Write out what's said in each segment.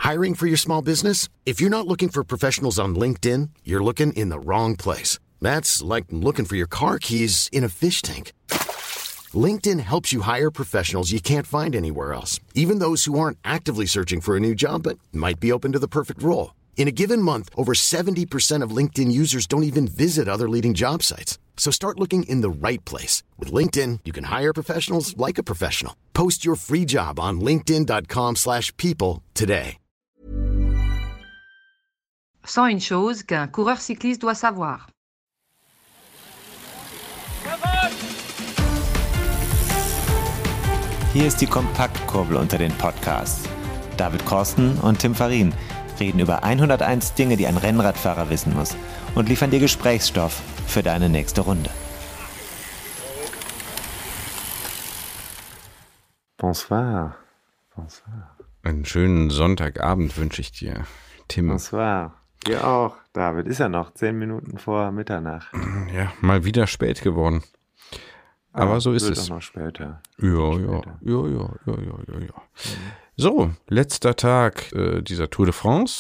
Hiring for your small business? If you're not looking for professionals on LinkedIn, you're looking in the wrong place. That's like looking for your car keys in a fish tank. LinkedIn helps you hire professionals you can't find anywhere else, even those who aren't actively searching for a new job but might be open to the perfect role. In a given month, over 70% of LinkedIn users don't even visit other leading job sites. So start looking in the right place. With LinkedIn, you can hire professionals like a professional. Post your free job on linkedin.com/people today. Sans une chose qu'un coureur cycliste doit savoir. Hier ist die Kompaktkurbel unter den Podcasts. David Korsten und Tim Farin reden über 101 Dinge, die ein Rennradfahrer wissen muss und liefern dir Gesprächsstoff für deine nächste Runde. Bonsoir. Bonsoir. Einen schönen Sonntagabend wünsche ich dir, Tim. Bonsoir. Dir auch, David. Ist ja noch 10 Minuten vor Mitternacht. Ja, mal wieder spät geworden. Aber so ist wird es. Auch noch später. Ja. So, letzter Tag dieser Tour de France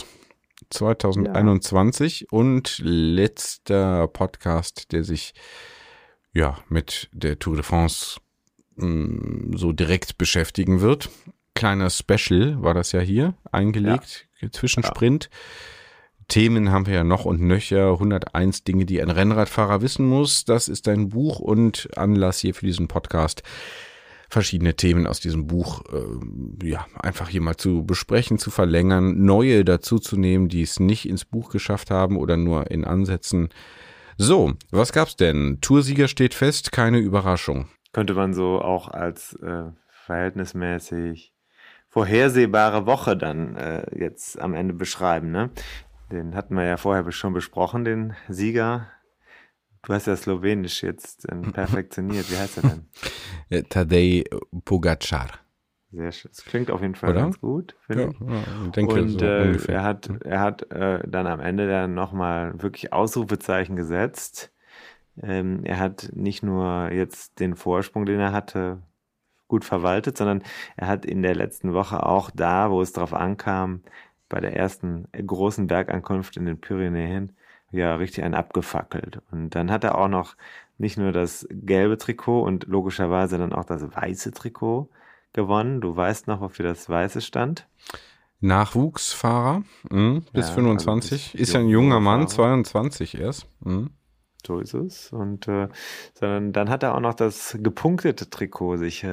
2021 und letzter Podcast, der sich mit der Tour de France so direkt beschäftigen wird. Kleiner Special war das ja hier eingelegt, Zwischensprint. Themen haben wir ja noch und nöcher, 101 Dinge, die ein Rennradfahrer wissen muss. Das ist ein Buch und Anlass hier für diesen Podcast, verschiedene Themen aus diesem Buch einfach hier mal zu besprechen, zu verlängern, neue dazu zu nehmen, die es nicht ins Buch geschafft haben oder nur in Ansätzen. So, was gab's denn? Toursieger steht fest, keine Überraschung. Könnte man so auch als verhältnismäßig vorhersehbare Woche dann jetzt am Ende beschreiben, ne? Den hatten wir ja vorher schon besprochen, den Sieger. Du hast ja Slowenisch jetzt perfektioniert. Wie heißt er denn? Tadej Pogačar. Sehr schön. Das klingt auf jeden Fall ganz gut, finde ich. Ja, ich denke und so ungefähr. er hat dann am Ende dann nochmal wirklich Ausrufezeichen gesetzt. Er hat nicht nur jetzt den Vorsprung, den er hatte, gut verwaltet, sondern er hat in der letzten Woche auch da, wo es drauf ankam, bei der ersten großen Bergankunft in den Pyrenäen, richtig einen abgefackelt. Und dann hat er auch noch nicht nur das gelbe Trikot und logischerweise dann auch das weiße Trikot gewonnen. Du weißt noch, wofür das weiße stand? Nachwuchsfahrer bis 25. Also ist ja ein junger Mann, 22 erst. So ist es. Und sondern dann hat er auch noch das gepunktete Trikot sich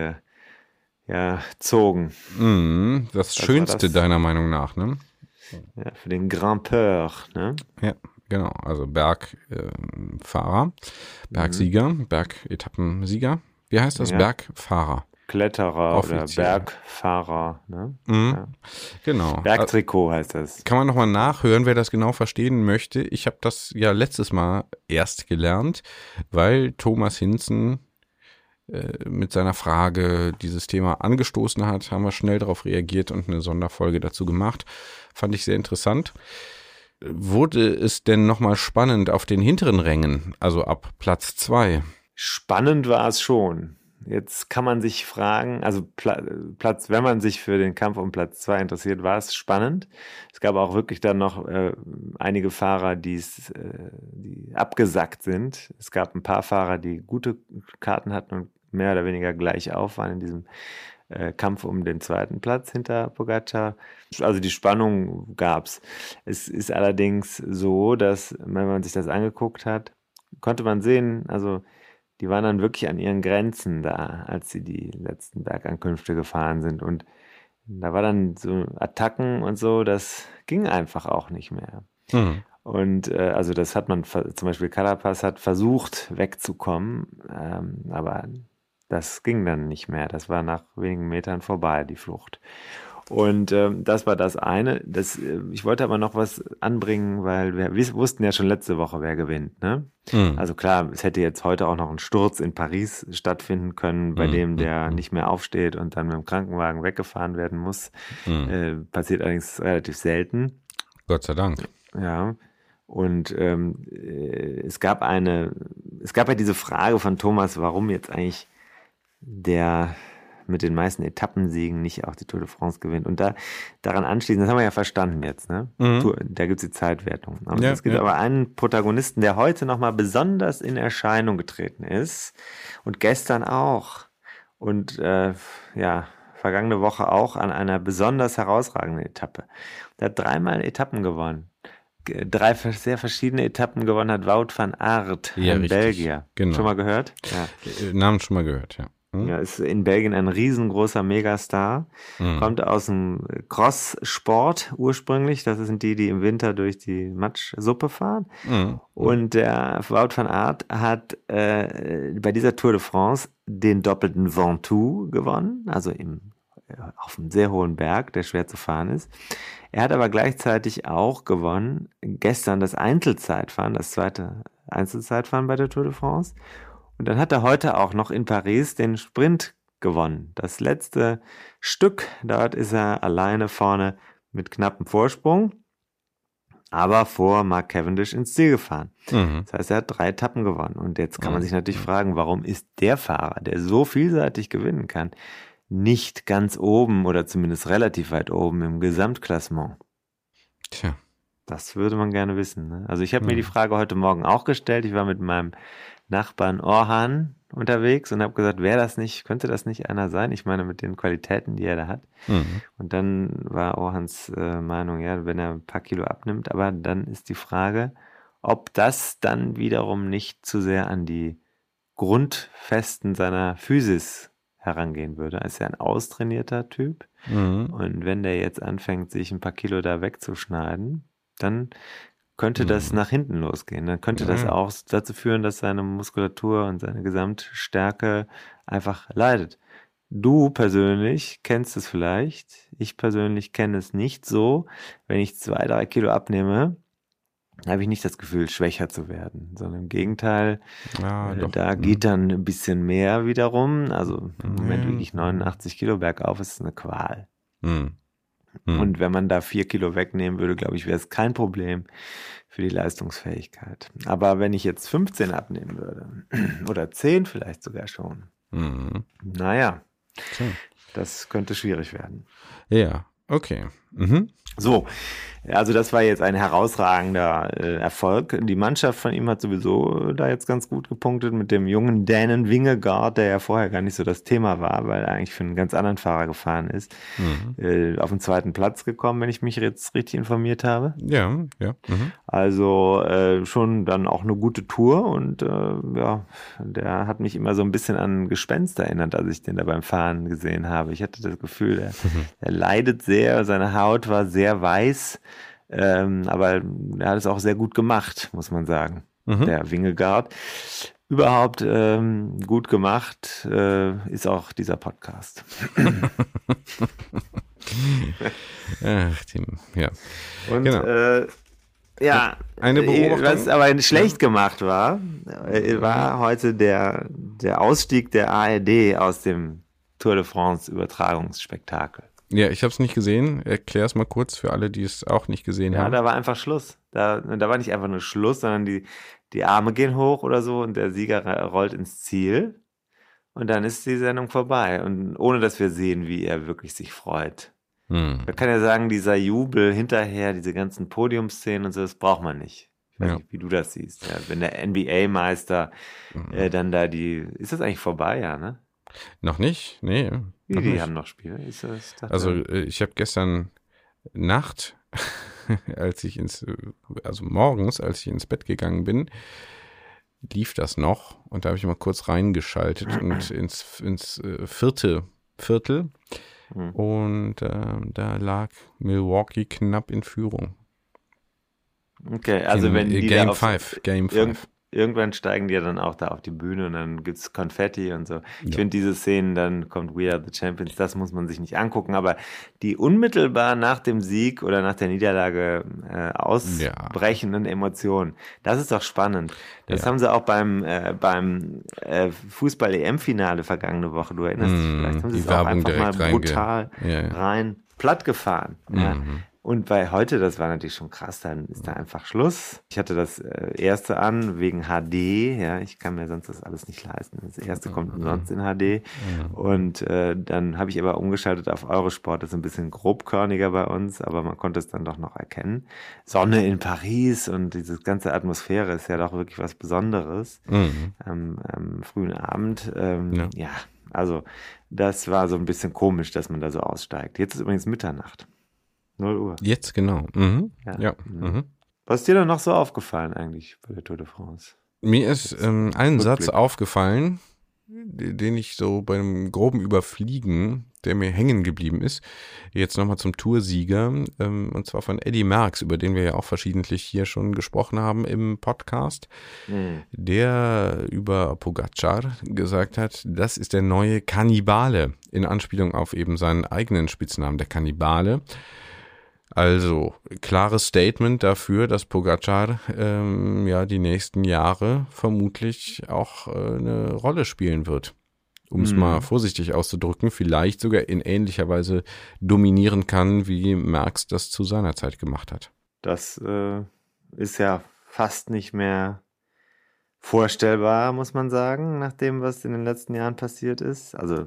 zogen. Das Schönste deiner Meinung nach, ne? Ja, für den Grimpeur, ne? Ja, genau. Also Bergfahrer, Bergsieger, Bergetapensieger. Wie heißt das? Bergfahrer. Kletterer offiziell. Oder Bergfahrer, ne? Genau. Bergtrikot heißt das. Kann man nochmal nachhören, wer das genau verstehen möchte. Ich habe das ja letztes Mal erst gelernt, weil Thomas Hinzen mit seiner Frage dieses Thema angestoßen hat, haben wir schnell darauf reagiert und eine Sonderfolge dazu gemacht. Fand ich sehr interessant. Wurde es denn nochmal spannend auf den hinteren Rängen, also ab Platz 2? Spannend war es schon. Jetzt kann man sich fragen, also wenn man sich für den Kampf um Platz 2 interessiert, war es spannend. Es gab auch wirklich dann noch einige Fahrer, die abgesackt sind. Es gab ein paar Fahrer, die gute Karten hatten und mehr oder weniger gleich auf waren in diesem Kampf um den zweiten Platz hinter Pogačar. Also die Spannung gab's. Es ist allerdings so, dass, wenn man sich das angeguckt hat, konnte man sehen, also die waren dann wirklich an ihren Grenzen da, als sie die letzten Bergankünfte gefahren sind. Und da war dann so Attacken und so, das ging einfach auch nicht mehr. Und also das hat man, zum Beispiel Carapaz hat versucht wegzukommen, aber das ging dann nicht mehr. Das war nach wenigen Metern vorbei, die Flucht. Und das war das eine. Ich wollte aber noch was anbringen, weil wir wussten ja schon letzte Woche, wer gewinnt. Ne? Also klar, es hätte jetzt heute auch noch ein Sturz in Paris stattfinden können, bei dem der nicht mehr aufsteht und dann mit dem Krankenwagen weggefahren werden muss. Passiert allerdings relativ selten. Gott sei Dank. Ja. Und es gab ja diese Frage von Thomas, warum jetzt eigentlich der mit den meisten Etappensiegen nicht auch die Tour de France gewinnt. Und daran anschließend, das haben wir ja verstanden jetzt, ne? Da gibt es die Zeitwertung. Es gibt aber einen Protagonisten, der heute nochmal besonders in Erscheinung getreten ist und gestern auch und vergangene Woche auch an einer besonders herausragenden Etappe. Der hat 3-mal Etappen gewonnen. 3 sehr verschiedene Etappen gewonnen hat Wout van Aert, ein Belgier. Genau. Schon mal gehört? Ja. Namen schon mal gehört, ja. Ja, ist in Belgien ein riesengroßer Megastar. Kommt aus dem Cross-Sport ursprünglich. Das sind die im Winter durch die Matschsuppe fahren. Und der Wout van Aert hat bei dieser Tour de France den doppelten Ventoux gewonnen, also auf einem sehr hohen Berg, der schwer zu fahren ist. Er hat aber gleichzeitig auch gewonnen, gestern das Einzelzeitfahren, das zweite Einzelzeitfahren bei der Tour de France. Und dann hat er heute auch noch in Paris den Sprint gewonnen. Das letzte Stück, dort ist er alleine vorne mit knappem Vorsprung, aber vor Mark Cavendish ins Ziel gefahren. Das heißt, er hat 3 Etappen gewonnen. Und jetzt kann man sich natürlich fragen, warum ist der Fahrer, der so vielseitig gewinnen kann, nicht ganz oben oder zumindest relativ weit oben im Gesamtklassement? Tja. Das würde man gerne wissen. Ne? Also ich habe mir die Frage heute Morgen auch gestellt. Ich war mit meinem Nachbarn Orhan unterwegs und habe gesagt, könnte das nicht einer sein? Ich meine, mit den Qualitäten, die er da hat. Und dann war Orhans Meinung, ja, wenn er ein paar Kilo abnimmt, aber dann ist die Frage, ob das dann wiederum nicht zu sehr an die Grundfesten seiner Physis herangehen würde. Er ist ja ein austrainierter Typ. Und wenn der jetzt anfängt, sich ein paar Kilo da wegzuschneiden, dann könnte das nach hinten losgehen. Dann könnte das auch dazu führen, dass seine Muskulatur und seine Gesamtstärke einfach leidet. Du persönlich kennst es vielleicht. Ich persönlich kenne es nicht so. Wenn ich 2-3 Kilo abnehme, habe ich nicht das Gefühl, schwächer zu werden, sondern im Gegenteil, da geht dann ein bisschen mehr wiederum. Also im Moment wiege ich 89 Kilo bergauf, ist eine Qual. Und wenn man da 4 Kilo wegnehmen würde, glaube ich, wäre es kein Problem für die Leistungsfähigkeit. Aber wenn ich jetzt 15 abnehmen würde, oder 10 vielleicht sogar schon, naja, das könnte schwierig werden. Ja, okay. So, also das war jetzt ein herausragender Erfolg. Die Mannschaft von ihm hat sowieso da jetzt ganz gut gepunktet mit dem jungen Dänen Vingegaard, der ja vorher gar nicht so das Thema war, weil er eigentlich für einen ganz anderen Fahrer gefahren ist. Auf den 2. Platz gekommen, wenn ich mich jetzt richtig informiert habe. Ja. Also schon dann auch eine gute Tour und der hat mich immer so ein bisschen an Gespenst erinnert, als ich den da beim Fahren gesehen habe. Ich hatte das Gefühl, er leidet sehr, seine Haut war sehr weiß, aber er hat es auch sehr gut gemacht, muss man sagen, der Vingegaard. Überhaupt gut gemacht ist auch dieser Podcast. Ach, Tim, ja. Und genau. Eine Beobachtung. Was aber schlecht gemacht war heute der Ausstieg der ARD aus dem Tour de France Übertragungsspektakel. Ja, ich habe es nicht gesehen. Erklär es mal kurz für alle, die es auch nicht gesehen haben. Ja, da war einfach Schluss. Da war nicht einfach nur Schluss, sondern die Arme gehen hoch oder so und der Sieger rollt ins Ziel und dann ist die Sendung vorbei und ohne, dass wir sehen, wie er wirklich sich freut. Man kann ja sagen, dieser Jubel hinterher, diese ganzen Podiumsszenen und so, das braucht man nicht. Ich weiß nicht, wie du das siehst. Ja, wenn der NBA-Meister dann da ist das eigentlich vorbei, ja, ne? Noch nicht? Nee. Die haben noch Spiele. Ich habe gestern Nacht, morgens, als ich ins Bett gegangen bin, lief das noch und da habe ich mal kurz reingeschaltet und ins vierte Viertel und da lag Milwaukee knapp in Führung. Okay, also wenn die Game 5. Irgendwann steigen die ja dann auch da auf die Bühne und dann gibt's Konfetti und so. Ich finde diese Szenen, dann kommt We Are the Champions, das muss man sich nicht angucken, aber die unmittelbar nach dem Sieg oder nach der Niederlage ausbrechenden Emotionen, das ist doch spannend. Das haben sie auch beim Fußball-EM-Finale vergangene Woche, du erinnerst dich vielleicht, haben sie es auch einfach mal brutal rein platt gefahren. Ja. Und bei heute, das war natürlich schon krass, dann ist da einfach Schluss. Ich hatte das erste an wegen HD, ja, ich kann mir sonst das alles nicht leisten. Das erste kommt umsonst in HD. Und dann habe ich aber umgeschaltet auf Eurosport, das ist ein bisschen grobkörniger bei uns, aber man konnte es dann doch noch erkennen. Sonne in Paris und diese ganze Atmosphäre ist ja doch wirklich was Besonderes am frühen Abend. Ja, also das war so ein bisschen komisch, dass man da so aussteigt. Jetzt ist übrigens Mitternacht. 0 Uhr. Jetzt genau. Ja. Was ist dir dann noch so aufgefallen eigentlich bei der Tour de France? Mir ist ein Satz aufgefallen, den ich so bei einem groben Überfliegen, der mir hängen geblieben ist, jetzt nochmal zum Toursieger, und zwar von Eddy Merckx, über den wir ja auch verschiedentlich hier schon gesprochen haben im Podcast, der über Pogačar gesagt hat, das ist der neue Kannibale, in Anspielung auf eben seinen eigenen Spitznamen, der Kannibale. Also, klares Statement dafür, dass Pogačar die nächsten Jahre vermutlich auch eine Rolle spielen wird. Um es mal vorsichtig auszudrücken, vielleicht sogar in ähnlicher Weise dominieren kann, wie Merckx das zu seiner Zeit gemacht hat. Das ist ja fast nicht mehr vorstellbar, muss man sagen, nach dem, was in den letzten Jahren passiert ist. Also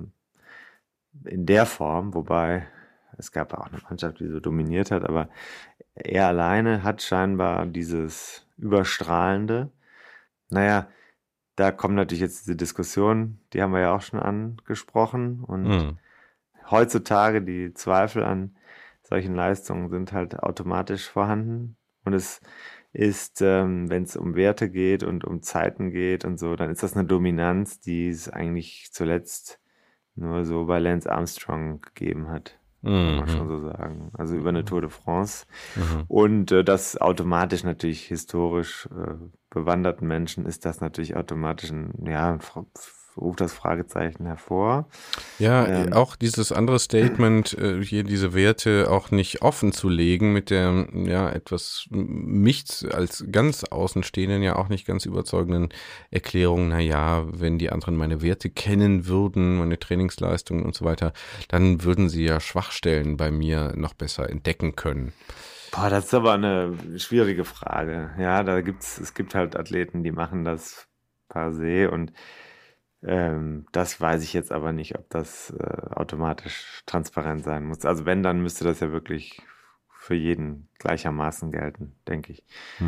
in der Form, wobei es gab auch eine Mannschaft, die so dominiert hat, aber er alleine hat scheinbar dieses Überstrahlende. Naja, da kommt natürlich jetzt diese Diskussion, die haben wir ja auch schon angesprochen. Und heutzutage die Zweifel an solchen Leistungen sind halt automatisch vorhanden. Und es ist, wenn es um Werte geht und um Zeiten geht und so, dann ist das eine Dominanz, die es eigentlich zuletzt nur so bei Lance Armstrong gegeben hat. Kann man schon so sagen. Also über eine Tour de France. Und das automatisch natürlich historisch bewanderten Menschen ist das natürlich automatisch ruft das Fragezeichen hervor. Ja, auch dieses andere Statement, hier diese Werte auch nicht offen zu legen mit der, etwas mich als ganz Außenstehenden ja auch nicht ganz überzeugenden Erklärung, wenn die anderen meine Werte kennen würden, meine Trainingsleistungen und so weiter, dann würden sie ja Schwachstellen bei mir noch besser entdecken können. Boah, das ist aber eine schwierige Frage. Ja, es gibt halt Athleten, die machen das per se und das weiß ich jetzt aber nicht, ob das automatisch transparent sein muss. Also wenn, dann müsste das ja wirklich für jeden gleichermaßen gelten, denke ich.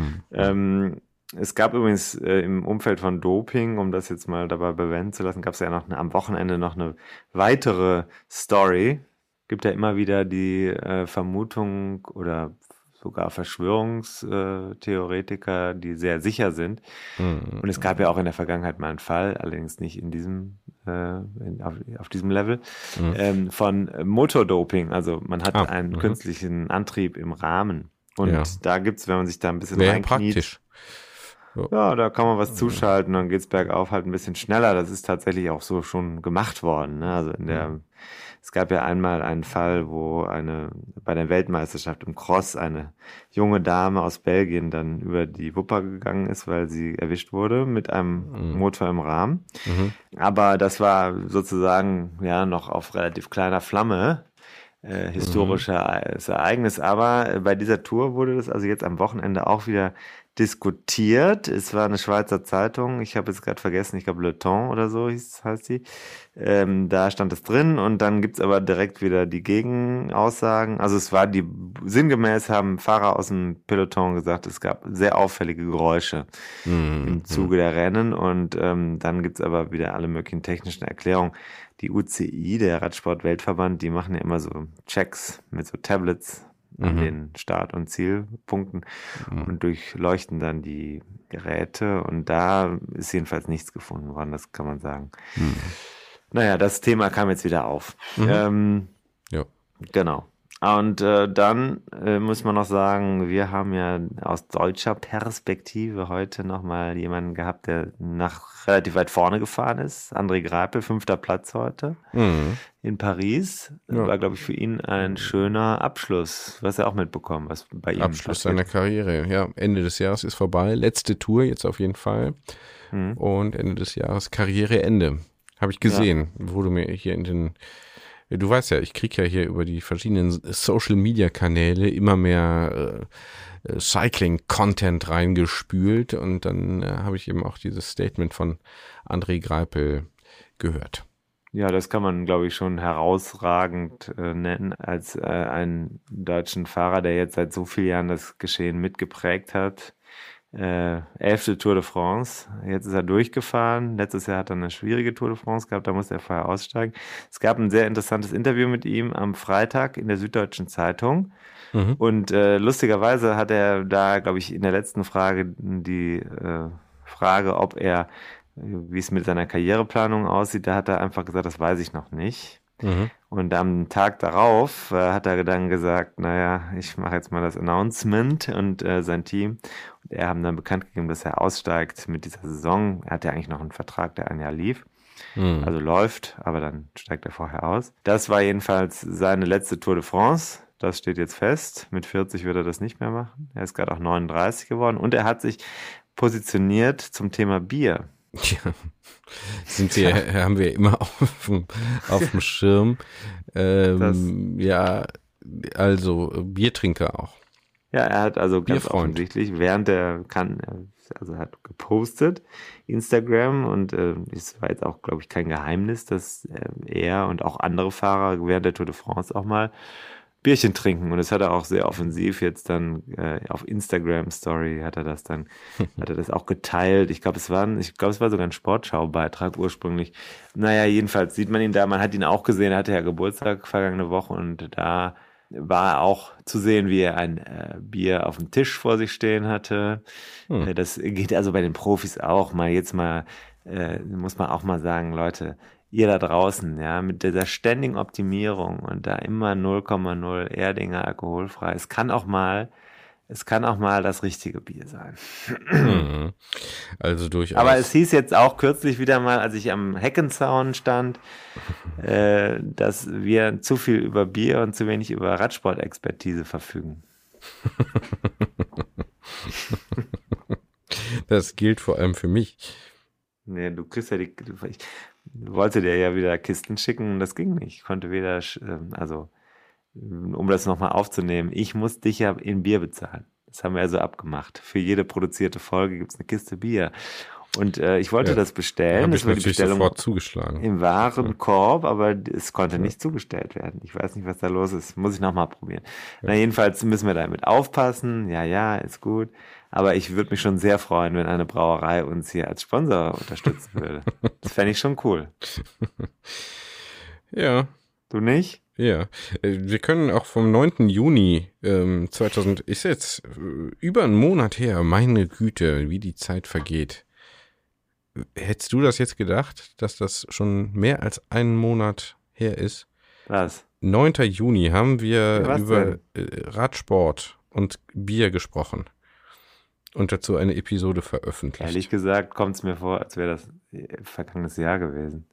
Es gab übrigens im Umfeld von Doping, um das jetzt mal dabei bewenden zu lassen, gab es ja noch am Wochenende noch eine weitere Story. Gibt ja immer wieder die Vermutung oder sogar Verschwörungstheoretiker, die sehr sicher sind. Und es gab ja auch in der Vergangenheit mal einen Fall, allerdings nicht in diesem auf diesem Level, von Motordoping. Also man hat einen künstlichen Antrieb im Rahmen. Und da gibt's, wenn man sich da ein bisschen reinkniet, praktisch. Ja, da kann man was zuschalten, dann geht's bergauf halt ein bisschen schneller. Das ist tatsächlich auch so schon gemacht worden. Ne? Also es gab ja einmal einen Fall, wo bei der Weltmeisterschaft im Cross eine junge Dame aus Belgien dann über die Wupper gegangen ist, weil sie erwischt wurde mit einem Motor im Rahmen. Aber das war sozusagen noch auf relativ kleiner Flamme. Historisches Ereignis. Aber bei dieser Tour wurde das also jetzt am Wochenende auch wieder diskutiert. Es war eine Schweizer Zeitung, ich habe jetzt gerade vergessen, ich glaube Le Temps oder so heißt die. Da stand es drin und dann gibt's aber direkt wieder die Gegenaussagen. Also es war sinngemäß haben Fahrer aus dem Peloton gesagt, es gab sehr auffällige Geräusche im Zuge der Rennen und dann gibt's aber wieder alle möglichen technischen Erklärungen. Die UCI, der Radsport-Weltverband, die machen ja immer so Checks mit so Tablets an den Start- und Zielpunkten und durchleuchten dann die Geräte und da ist jedenfalls nichts gefunden worden, das kann man sagen. Naja, das Thema kam jetzt wieder auf. Ja. Genau. Und dann muss man noch sagen, wir haben ja aus deutscher Perspektive heute nochmal jemanden gehabt, der relativ weit vorne gefahren ist. André Greipel, 5. Platz heute in Paris. War, glaube ich, für ihn ein schöner Abschluss. Was er auch mitbekommen, was bei ihm Abschluss seiner Karriere, ja. Ende des Jahres ist vorbei. Letzte Tour jetzt auf jeden Fall. Und Ende des Jahres Karriereende. Habe ich gesehen. Wurde mir hier in den du weißt ja, ich kriege ja hier über die verschiedenen Social-Media-Kanäle immer mehr Cycling-Content reingespült und dann habe ich eben auch dieses Statement von André Greipel gehört. Ja, das kann man, glaube ich, schon herausragend nennen als einen deutschen Fahrer, der jetzt seit so vielen Jahren das Geschehen mitgeprägt hat. 11. Tour de France, jetzt ist er durchgefahren. Letztes Jahr hat er eine schwierige Tour de France gehabt, da musste er vorher aussteigen. Es gab ein sehr interessantes Interview mit ihm am Freitag in der Süddeutschen Zeitung. Und lustigerweise hat er da, glaube ich, in der letzten Frage die Frage, ob er, wie es mit seiner Karriereplanung aussieht, da hat er einfach gesagt, das weiß ich noch nicht. Und am Tag darauf hat er dann gesagt, naja, ich mache jetzt mal das Announcement und sein Team und er haben dann bekannt gegeben, dass er aussteigt mit dieser Saison. Er hat ja eigentlich noch einen Vertrag, der ein Jahr lief, also läuft, aber dann steigt er vorher aus. Das war jedenfalls seine letzte Tour de France. Das steht jetzt fest. Mit 40 wird er das nicht mehr machen. Er ist gerade auch 39 geworden und er hat sich positioniert zum Thema Bier. Ja, haben wir immer auf dem Schirm. Ja, also Biertrinker auch. Ja, er hat also ganz Bierfreund. offensichtlich, während er hat gepostet, Instagram, und es war jetzt auch, glaube ich, kein Geheimnis, dass er und auch andere Fahrer während der Tour de France auch mal Bierchen trinken. Und das hat er auch sehr offensiv jetzt dann auf Instagram Story hat er das auch geteilt. Ich glaube, es war sogar ein Sportschau-Beitrag ursprünglich. Naja, jedenfalls sieht man ihn da, man hat ihn auch gesehen, er hatte ja Geburtstag vergangene Woche und da war er auch zu sehen, wie er ein Bier auf dem Tisch vor sich stehen hatte. Das geht also bei den Profis auch muss man auch mal sagen, Leute, ihr da draußen, ja, mit dieser ständigen Optimierung und da immer 0,0 Erdinger alkoholfrei. Es kann auch mal das richtige Bier sein. Also durchaus. Aber es hieß jetzt auch kürzlich wieder mal, als ich am Heckenzaun stand, dass wir zu viel über Bier und zu wenig über Radsportexpertise verfügen. Das gilt vor allem für mich. Nee, du kriegst ja ich wollte dir ja wieder Kisten schicken und das ging nicht. Ich konnte weder, um das nochmal aufzunehmen, ich muss dich ja in Bier bezahlen. Das haben wir also abgemacht. Für jede produzierte Folge gibt es eine Kiste Bier. Und ich wollte das bestellen. Habe das ich war die natürlich Bestellung sofort zugeschlagen. im Warenkorb, aber es konnte nicht zugestellt werden. Ich weiß nicht, was da los ist. Muss ich nochmal probieren. Na, jedenfalls müssen wir damit aufpassen. Ja, ist gut. Aber ich würde mich schon sehr freuen, wenn eine Brauerei uns hier als Sponsor unterstützen würde. Das fände ich schon cool. Ja. Du nicht? Ja. Wir können auch vom 9. Juni 2000, ist jetzt über einen Monat her, meine Güte, wie die Zeit vergeht. Hättest du das jetzt gedacht, dass das schon mehr als einen Monat her ist? Was? 9. Juni haben wir Was über Radsport und Bier gesprochen und dazu eine Episode veröffentlicht. Ehrlich gesagt kommt es mir vor, als wäre das vergangenes Jahr gewesen.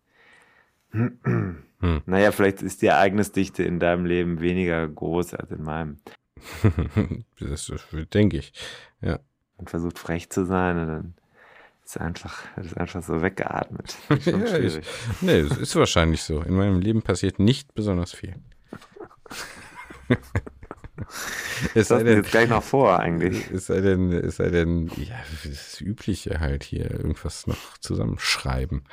Naja, vielleicht ist die Ereignisdichte in deinem Leben weniger groß als in meinem. Das denke ich, ja. Man versucht frech zu sein und dann ist einfach so weggeatmet. Das ist schon Ja, schwierig. Nee, es ist wahrscheinlich so. In meinem Leben passiert nicht besonders viel. Das hast du jetzt gleich noch vor, eigentlich. Es sei denn, ja, das Übliche halt hier, irgendwas noch zusammenschreiben.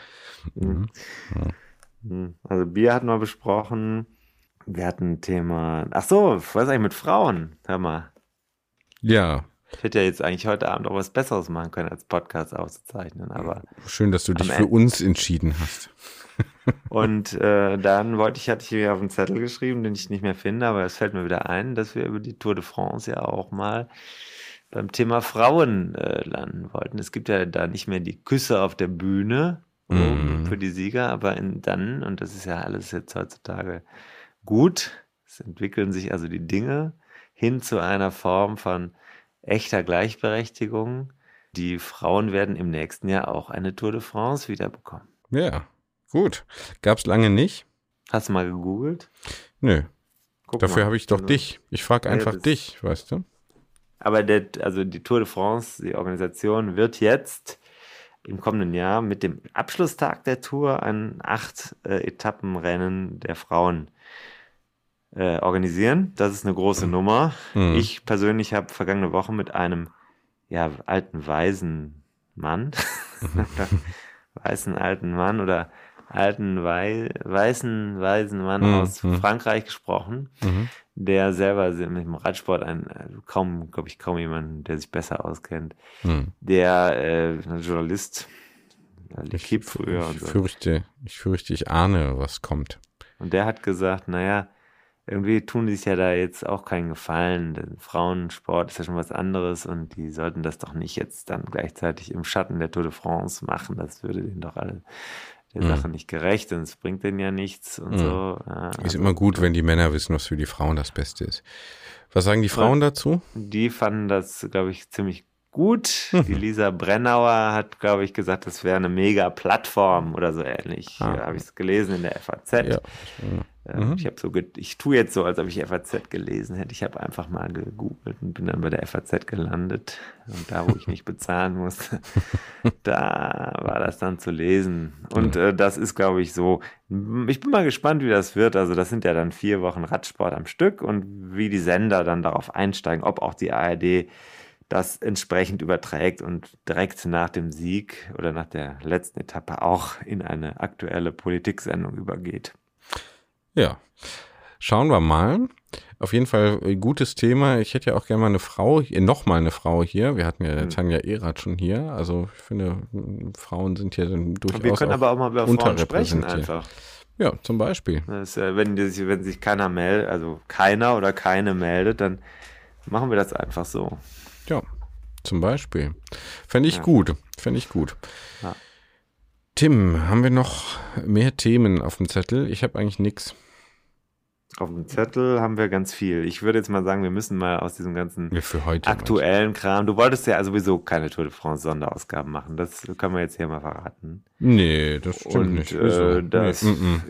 Also Bier hatten wir besprochen. Wir hatten ein Thema. Ach so, was ist eigentlich mit Frauen? Hör mal. Ja. Ich hätte ja jetzt eigentlich heute Abend auch was Besseres machen können, als Podcast aufzuzeichnen, aber. Schön, dass du dich für uns entschieden hast. Und dann hatte ich hier auf einen Zettel geschrieben, den ich nicht mehr finde, aber es fällt mir wieder ein, dass wir über die Tour de France ja auch mal beim Thema Frauen landen wollten. Es gibt ja da nicht mehr die Küsse auf der Bühne für die Sieger, aber und das ist ja alles jetzt heutzutage gut, es entwickeln sich also die Dinge hin zu einer Form von echter Gleichberechtigung. Die Frauen werden im nächsten Jahr auch eine Tour de France wiederbekommen. Ja, gut. Gab's lange nicht? Hast du mal gegoogelt? Nö. Guck Dafür mal. habe ich doch dich. Ich frage einfach das- dich, weißt du? Aber die Tour de France, die Organisation, wird jetzt im kommenden Jahr mit dem Abschlusstag der Tour ein 8 Etappenrennen der Frauen organisieren. Das ist eine große Nummer. Ich persönlich habe vergangene Woche mit einem alten, weisen Mann, weißen alten Mann oder alten, weisen Mann aus Frankreich gesprochen, der selber mit dem Radsport kaum jemanden, der sich besser auskennt, der Journalist, L'Équipe früher und so. Ich fürchte, ich ahne, was kommt. Und der hat gesagt, irgendwie tun die sich ja da jetzt auch keinen Gefallen, denn Frauensport ist ja schon was anderes und die sollten das doch nicht jetzt dann gleichzeitig im Schatten der Tour de France machen, das würde denen doch alle der Sache nicht gerecht und es bringt denen ja nichts und so. Ja, ist immer gut, wenn die Männer wissen, was für die Frauen das Beste ist. Was sagen die Frauen dazu? Die fanden das, glaube ich, ziemlich gut. Die Lisa Brennauer hat, glaube ich, gesagt, das wäre eine mega Plattform oder so ähnlich. Habe ich es gelesen in der FAZ. Ja. Ich tue jetzt so, als ob ich FAZ gelesen hätte. Ich habe einfach mal gegoogelt und bin dann bei der FAZ gelandet. Und da, wo ich nicht bezahlen musste, da war das dann zu lesen. Und das ist, glaube ich, so. Ich bin mal gespannt, wie das wird. Also das sind ja dann 4 Wochen Radsport am Stück und wie die Sender dann darauf einsteigen, ob auch die ARD das entsprechend überträgt und direkt nach dem Sieg oder nach der letzten Etappe auch in eine aktuelle Politiksendung übergeht. Ja, schauen wir mal. Auf jeden Fall ein gutes Thema. Ich hätte ja auch gerne mal nochmal eine Frau hier. Wir hatten ja Tanja Erath schon hier. Also ich finde, Frauen sind hier dann durchaus wir können aber auch mal über Frauen sprechen einfach. Ja, zum Beispiel. Das, wenn sich keiner meldet, also keiner oder keine meldet, dann machen wir das einfach so. Ja, zum Beispiel. Fände ich gut. Ja. Tim, haben wir noch mehr Themen auf dem Zettel? Ich habe eigentlich nichts. Auf dem Zettel haben wir ganz viel. Ich würde jetzt mal sagen, wir müssen mal aus diesem ganzen aktuellen Kram. Du wolltest ja sowieso keine Tour de France Sonderausgaben machen. Das können wir jetzt hier mal verraten. Nee, das stimmt nicht. Das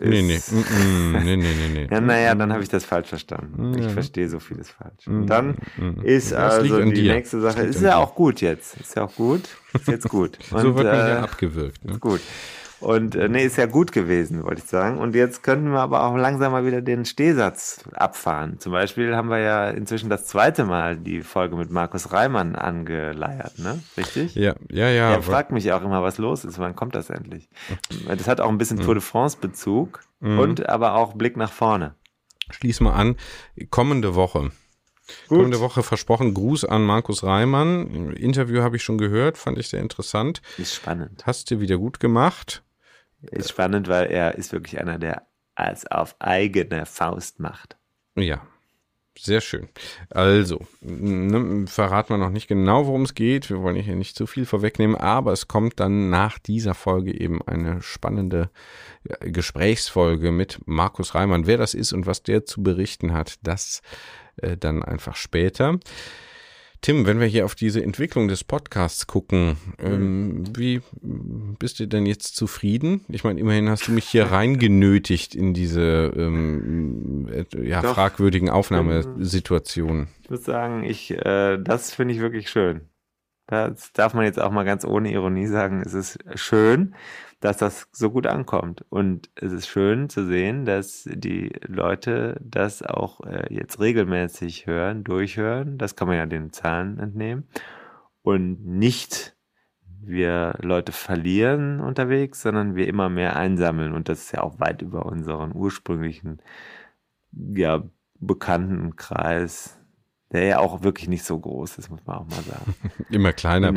Nee. Ja, naja, dann habe ich das falsch verstanden. Ich verstehe so vieles falsch. Und dann ist die nächste Sache, ist ja auch gut jetzt. Ist jetzt gut. Und, so wird man ja abgewürgt. Ne? Ist gut. Und ist ja gut gewesen, wollte ich sagen. Und jetzt könnten wir aber auch langsam mal wieder den Stehsatz abfahren. Zum Beispiel haben wir ja inzwischen das 2. Mal die Folge mit Markus Reimann angeleiert, ne? Richtig? Ja. Er fragt mich auch immer, was los ist. Wann kommt das endlich? Das hat auch ein bisschen Tour de France-Bezug und aber auch Blick nach vorne. Schließ mal an. Kommende Woche versprochen, Gruß an Markus Reimann. Interview habe ich schon gehört, fand ich sehr interessant. Ist spannend. Hast du wieder gut gemacht. Ist spannend, weil er ist wirklich einer, der es auf eigene Faust macht. Ja, sehr schön. Also, verraten wir noch nicht genau, worum es geht. Wir wollen hier nicht zu viel vorwegnehmen, aber es kommt dann nach dieser Folge eben eine spannende Gesprächsfolge mit Markus Reimann. Wer das ist und was der zu berichten hat, das dann einfach später. Tim, wenn wir hier auf diese Entwicklung des Podcasts gucken, wie bist du denn jetzt zufrieden? Ich meine, immerhin hast du mich hier reingenötigt in diese fragwürdigen Aufnahmesituationen. Ich muss sagen, das finde ich wirklich schön. Das darf man jetzt auch mal ganz ohne Ironie sagen. Es ist schön, dass das so gut ankommt. Und es ist schön zu sehen, dass die Leute das auch jetzt regelmäßig durchhören. Das kann man ja den Zahlen entnehmen. Und nicht wir Leute verlieren unterwegs, sondern wir immer mehr einsammeln. Und das ist ja auch weit über unseren ursprünglichen, bekannten Kreis, der ja auch wirklich nicht so groß ist, muss man auch mal sagen. Immer kleiner.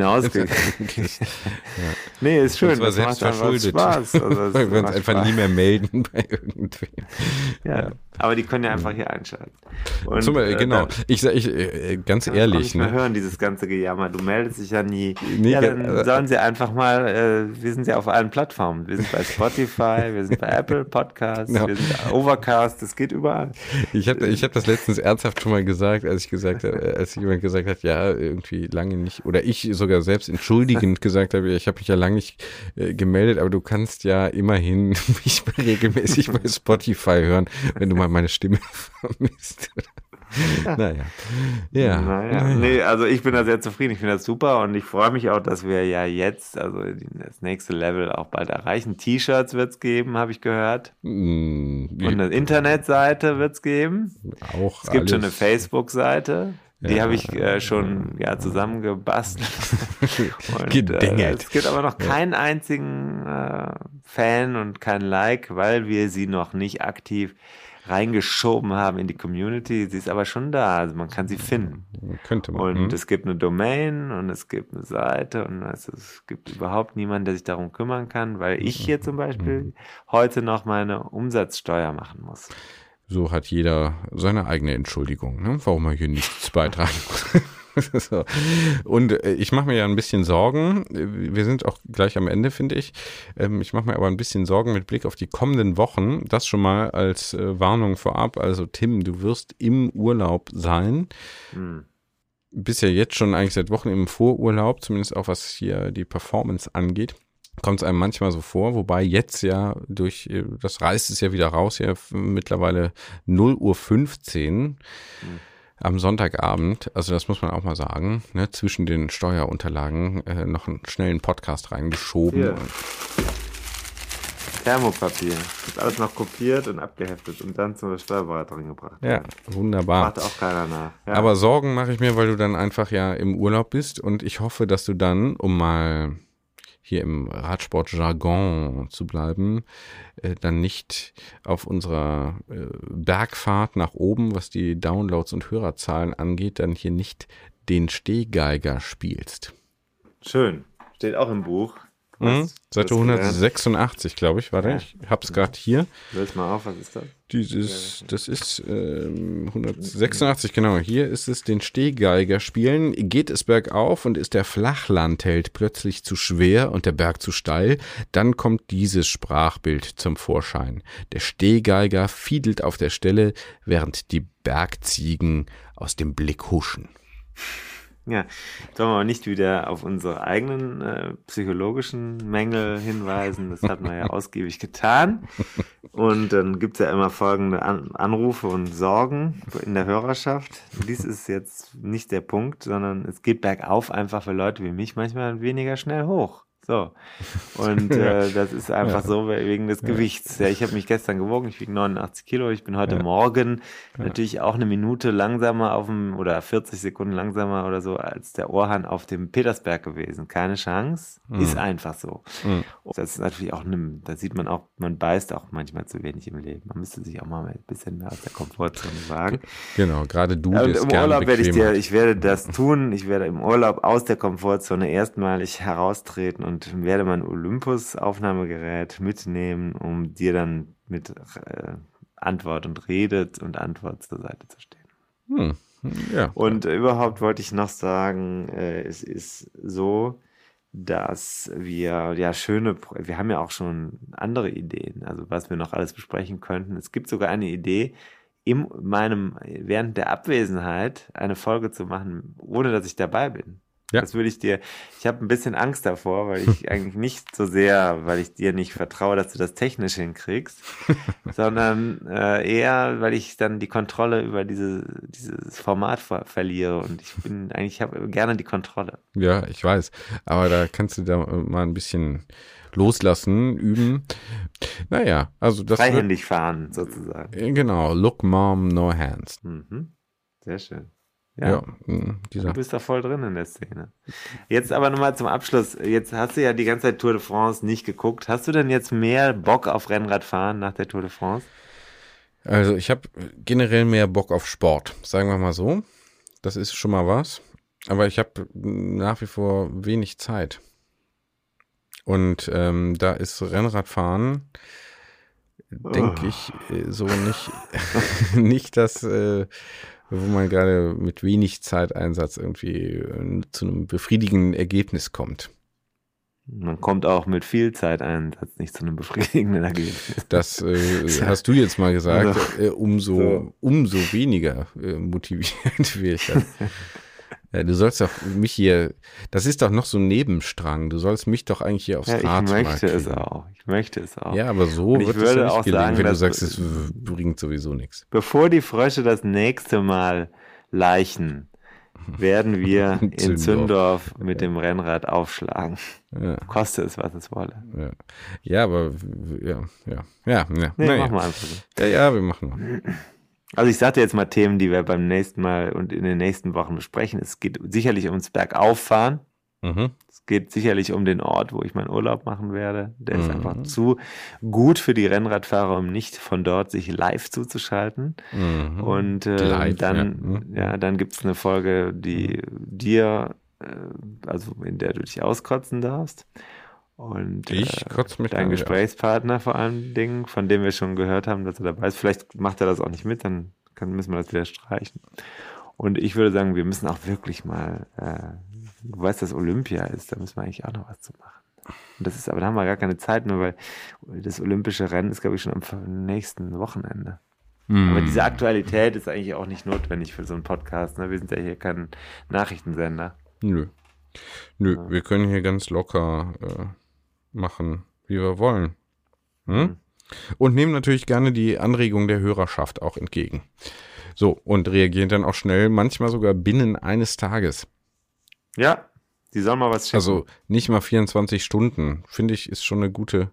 Nee, ist schön. Das war selbst verschuldet. Spaß. Also, weil wir uns einfach nie mehr melden bei irgendwem. Ja, aber die können ja einfach hier einschalten. Und, genau. Ganz ehrlich. Nicht mehr hören, dieses ganze Gejammer. Du meldest dich ja nie. Dann sollen sie einfach mal, wir sind ja auf allen Plattformen. Wir sind bei Spotify, wir sind bei Apple Podcasts, wir sind bei Overcast, das geht überall. Ich hab das letztens ernsthaft schon mal gesagt, als jemand gesagt hat, ja, irgendwie lange nicht, oder ich sogar selbst entschuldigend gesagt habe, ich habe mich ja lange nicht gemeldet, aber du kannst ja immerhin mich regelmäßig bei Spotify hören, wenn du mal meine Stimme vermisst. Naja. Ja. Naja. Nee, also ich bin da sehr zufrieden, ich finde das super und ich freue mich auch, dass wir ja jetzt, also das nächste Level auch bald erreichen. T-Shirts wird es geben, habe ich gehört. Und eine Internetseite wird es geben. Auch es gibt schon eine alles. Facebook-Seite. Die habe ich schon zusammengebastelt. Und, Gedengelt. es gibt aber noch keinen einzigen Fan und kein Like, weil wir sie noch nicht aktiv reingeschoben haben in die Community. Sie ist aber schon da, also man kann sie finden. Könnte man. Und es gibt eine Domain und es gibt eine Seite und es gibt überhaupt niemanden, der sich darum kümmern kann, weil ich hier zum Beispiel heute noch meine Umsatzsteuer machen muss. So hat jeder seine eigene Entschuldigung, ne? Warum er hier nichts beitragen muss. So. Und ich mache mir ja ein bisschen Sorgen. Wir sind auch gleich am Ende, finde ich. Ich mache mir aber ein bisschen Sorgen mit Blick auf die kommenden Wochen. Das schon mal als Warnung vorab. Also Tim, du wirst im Urlaub sein. Bist ja jetzt schon eigentlich seit Wochen im Vorurlaub, zumindest auch was hier die Performance angeht. Kommt es einem manchmal so vor, wobei jetzt ja das reißt es ja wieder raus, ja mittlerweile 0:15 Uhr am Sonntagabend, also das muss man auch mal sagen, ne, zwischen den Steuerunterlagen noch einen schnellen Podcast reingeschoben. Hier. Thermopapier, ist alles noch kopiert und abgeheftet und dann zur Steuerberaterin gebracht. Ja, wunderbar. Macht auch keiner nach. Ja. Aber Sorgen mache ich mir, weil du dann einfach ja im Urlaub bist und ich hoffe, dass du dann, um mal hier im Radsport-Jargon zu bleiben, dann nicht auf unserer Bergfahrt nach oben, was die Downloads und Hörerzahlen angeht, dann hier nicht den Stehgeiger spielst. Schön. Steht auch im Buch. Seite 186, glaube ich. Warte, ich hab's gerade hier. Löst mal auf, was ist das? Das ist 186, genau. Hier ist es, den Stehgeiger spielen. Geht es bergauf und ist der Flachlandheld plötzlich zu schwer und der Berg zu steil, dann kommt dieses Sprachbild zum Vorschein. Der Stehgeiger fiedelt auf der Stelle, während die Bergziegen aus dem Blick huschen. Ja, sollen wir aber nicht wieder auf unsere eigenen psychologischen Mängel hinweisen. Das hat man ja ausgiebig getan. Und dann gibt es ja immer folgende Anrufe und Sorgen in der Hörerschaft. Dies ist jetzt nicht der Punkt, sondern es geht bergauf einfach für Leute wie mich manchmal weniger schnell hoch. So. Und das ist einfach so wegen des Gewichts. Ja, ich habe mich gestern gewogen, ich wiege 89 Kilo. Ich bin heute Morgen natürlich auch eine Minute langsamer oder 40 Sekunden langsamer oder so als der Orhan auf dem Petersberg gewesen. Keine Chance. Ist einfach so. Das ist natürlich auch, da sieht man auch, man beißt auch manchmal zu wenig im Leben. Man müsste sich auch mal ein bisschen mehr aus der Komfortzone wagen. Genau, gerade du und bist im gerne Urlaub bequemer. ich werde das tun. Ich werde im Urlaub aus der Komfortzone erstmalig heraustreten und werde mein Olympus-Aufnahmegerät mitnehmen, um dir dann mit Antwort und Rede und Antwort zur Seite zu stehen. Ja. Und überhaupt wollte ich noch sagen, es ist so, dass wir wir haben ja auch schon andere Ideen, also was wir noch alles besprechen könnten. Es gibt sogar eine Idee, während der Abwesenheit eine Folge zu machen, ohne dass ich dabei bin. Ja. Das würde ich habe ein bisschen Angst davor, weil ich eigentlich nicht so sehr, weil ich dir nicht vertraue, dass du das technisch hinkriegst, sondern eher, weil ich dann die Kontrolle über dieses Format verliere und ich habe gerne die Kontrolle. Ja, ich weiß. Aber da kannst du da mal ein bisschen loslassen, üben. Naja, also das freihändig fahren, sozusagen. Genau, look mom, no hands. Sehr schön. Ja, du bist da voll drin in der Szene. Jetzt aber nochmal zum Abschluss. Jetzt hast du ja die ganze Zeit Tour de France nicht geguckt. Hast du denn jetzt mehr Bock auf Rennradfahren nach der Tour de France? Also ich habe generell mehr Bock auf Sport, sagen wir mal so. Das ist schon mal was. Aber ich habe nach wie vor wenig Zeit. Und da ist Rennradfahren, denke ich, so nicht das... wo man gerade mit wenig Zeiteinsatz irgendwie zu einem befriedigenden Ergebnis kommt. Man kommt auch mit viel Zeiteinsatz nicht zu einem befriedigenden Ergebnis. Das hast du jetzt mal gesagt. Umso weniger motivierend wäre ich das. Ja, du sollst doch mich hier, das ist doch noch so ein Nebenstrang, du sollst mich doch eigentlich hier aufs Rad Ich möchte es auch. Ja, aber so ich wird es würde ja nicht auch gelingen, sagen, wenn du dass- sagst, es bringt sowieso nichts. Bevor die Frösche das nächste Mal laichen, werden wir In in Zündorf mit dem Rennrad aufschlagen. Ja, Koste es, was es wolle. ja aber ja. Nee, naja. machen wir einfach so. Ja, wir machen noch. Also ich sagte jetzt mal Themen, die wir beim nächsten Mal und in den nächsten Wochen besprechen. Es geht sicherlich ums Bergauffahren. Mhm. Es geht sicherlich um den Ort, wo ich meinen Urlaub machen werde. Der ist einfach zu gut für die Rennradfahrer, um nicht von dort sich live zuzuschalten. Mhm. Und Live, dann gibt es eine Folge, die dir, also in der du dich auskotzen darfst. Und Ich kotze mich dein an, Gesprächspartner vor allen Dingen, von dem wir schon gehört haben, dass er dabei ist. Vielleicht macht er das auch nicht mit, dann müssen wir das wieder streichen. Und ich würde sagen, wir müssen auch wirklich mal, du weißt, dass Olympia ist, da müssen wir eigentlich auch noch was zu machen. Und das ist, aber da haben wir gar keine Zeit mehr, weil das olympische Rennen ist, glaube ich, schon am nächsten Wochenende. Aber diese Aktualität ist eigentlich auch nicht notwendig für so einen Podcast. Ne? Wir sind ja hier kein Nachrichtensender. Nö, wir können hier ganz locker machen, wie wir wollen. Und nehmen natürlich gerne die Anregung der Hörerschaft auch entgegen. So, und reagieren dann auch schnell, manchmal sogar binnen eines Tages. Ja, die sollen mal was schicken. Also nicht mal 24 Stunden, finde ich, ist schon eine gute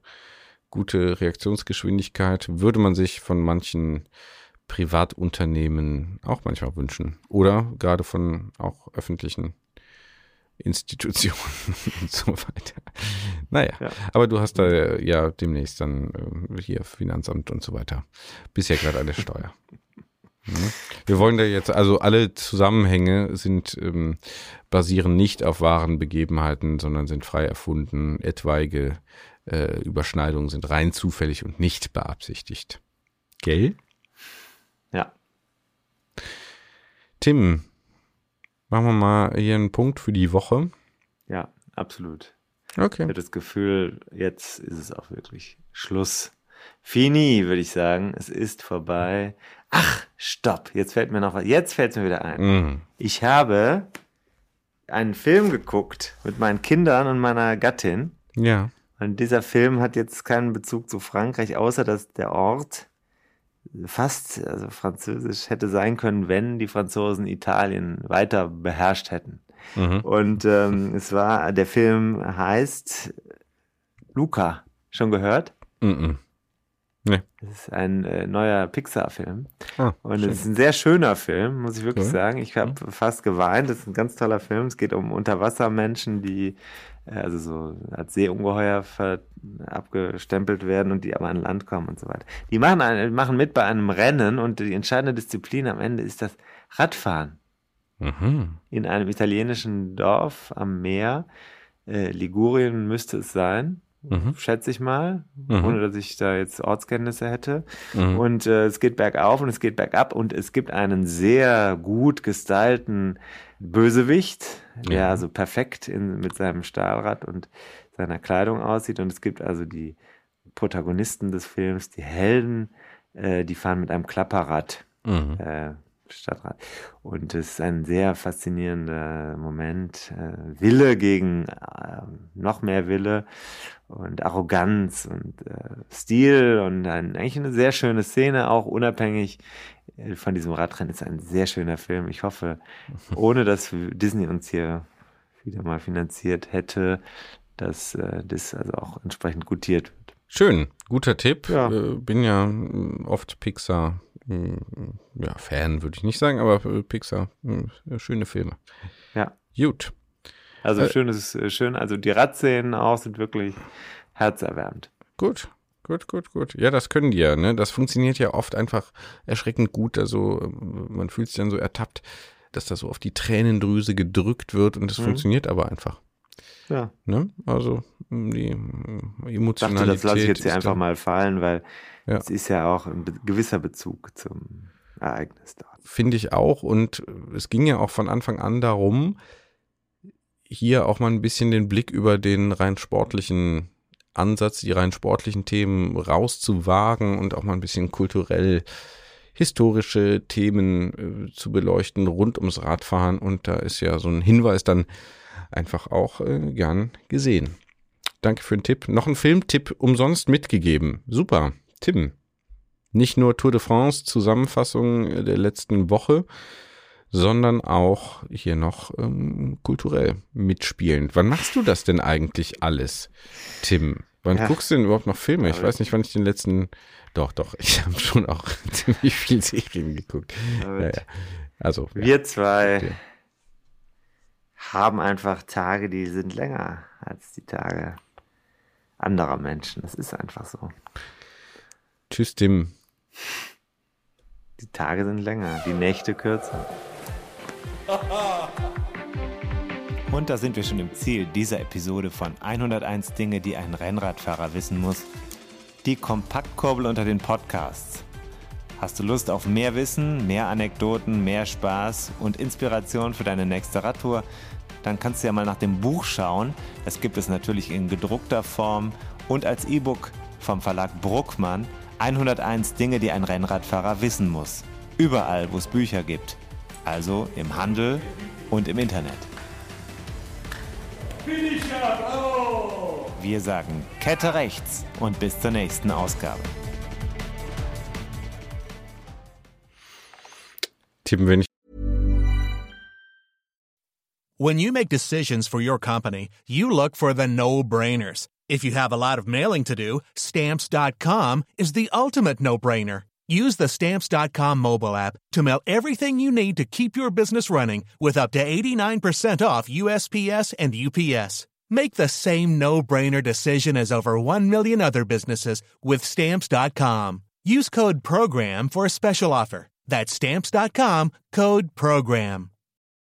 Reaktionsgeschwindigkeit. Würde man sich von manchen Privatunternehmen auch manchmal wünschen. Oder gerade von auch öffentlichen Institutionen und so weiter. Naja, aber du hast da ja demnächst dann hier Finanzamt und so weiter. Bist ja gerade an der Steuer. Wir wollen da jetzt, also alle Zusammenhänge basieren nicht auf wahren Begebenheiten, sondern sind frei erfunden. Etwaige Überschneidungen sind rein zufällig und nicht beabsichtigt. Gell? Ja. Tim, machen wir mal hier einen Punkt für die Woche. Ja, absolut. Okay. Ich habe das Gefühl, jetzt ist es auch wirklich Schluss. Fini, würde ich sagen. Es ist vorbei. Ach, stopp. Jetzt fällt mir noch was. Jetzt fällt es mir wieder ein. Ich habe einen Film geguckt mit meinen Kindern und meiner Gattin. Ja. Und dieser Film hat jetzt keinen Bezug zu Frankreich, außer dass der Ort fast französisch hätte sein können, wenn die Franzosen Italien weiter beherrscht hätten. Und der Film heißt Luca. Schon gehört? Nee. Das ist ein neuer Pixar-Film. Und schön. es ist ein sehr schöner Film, muss ich wirklich Cool. sagen. Ich habe fast geweint. Das ist ein ganz toller Film. Es geht um Unterwassermenschen, die also so als Seeungeheuer abgestempelt werden und die aber an Land kommen und so weiter. Die machen mit bei einem Rennen und die entscheidende Disziplin am Ende ist das Radfahren. In einem italienischen Dorf am Meer. Ligurien müsste es sein. Schätze ich mal, ohne dass ich da jetzt Ortskenntnisse hätte. Und es geht bergauf und es geht bergab und es gibt einen sehr gut gestylten Bösewicht, der also perfekt mit seinem Stahlrad und seiner Kleidung aussieht. Und es gibt also die Protagonisten des Films, die Helden, die fahren mit einem Klapperrad. Stadtrat. Und es ist ein sehr faszinierender Moment. Wille gegen noch mehr Wille und Arroganz und Stil und eigentlich eine sehr schöne Szene, auch unabhängig von diesem Radrennen. Ist ein sehr schöner Film. Ich hoffe, ohne dass Disney uns hier wieder mal finanziert hätte, dass das also auch entsprechend gutiert wird. Schön, guter Tipp. Ja. Bin ja oft Pixar Fan würde ich nicht sagen, aber Pixar, schöne Filme. Ja. Gut. Also schön, also die Radszenen auch sind wirklich herzerwärmend. Gut. Ja, das können die ja, ne? Das funktioniert ja oft einfach erschreckend gut. Also man fühlt sich dann so ertappt, dass das so auf die Tränendrüse gedrückt wird und das funktioniert aber einfach. Ja. Ne? Also die Emotionalität. Ich dachte, das lasse ich jetzt hier ist einfach mal fallen, weil Ja. es ist ja auch ein gewisser Bezug zum Ereignis da. Finde ich auch. Und es ging ja auch von Anfang an darum, hier auch mal ein bisschen den Blick über den rein sportlichen Ansatz, die rein sportlichen Themen rauszuwagen und auch mal ein bisschen kulturell historische Themen zu beleuchten rund ums Radfahren. Und da ist ja so ein Hinweis dann einfach auch gern gesehen. Danke für den Tipp. Noch ein Filmtipp umsonst mitgegeben. Super, Tim. Nicht nur Tour de France Zusammenfassung der letzten Woche, sondern auch hier noch kulturell mitspielend. Wann machst du das denn eigentlich alles, Tim? Wann guckst du denn überhaupt noch Filme? Ich weiß nicht, wann ich den letzten... Doch, ich habe schon auch ziemlich viel Serien geguckt. Also, wir zwei haben einfach Tage, die sind länger als die Tage anderer Menschen. Das ist einfach so. Tschüss, Tim. Die Tage sind länger, die Nächte kürzer. Und da sind wir schon im Ziel dieser Episode von 101 Dinge, die ein Rennradfahrer wissen muss. Die Kompaktkurbel unter den Podcasts. Hast du Lust auf mehr Wissen, mehr Anekdoten, mehr Spaß und Inspiration für deine nächste Radtour? Dann kannst du ja mal nach dem Buch schauen. Das gibt es natürlich in gedruckter Form und als E-Book vom Verlag Bruckmann. 101 Dinge, die ein Rennradfahrer wissen muss. Überall, wo es Bücher gibt. Also im Handel und im Internet. Wir sagen Kette rechts und bis zur nächsten Ausgabe. Tim, wenn ich When you make decisions for your company, you look for the no-brainers. If you have a lot of mailing to do, Stamps.com is the ultimate no-brainer. Use the Stamps.com mobile app to mail everything you need to keep your business running with up to 89% off USPS and UPS. Make the same no-brainer decision as over 1 million other businesses with Stamps.com. Use code PROGRAM for a special offer. That's Stamps.com, code PROGRAM.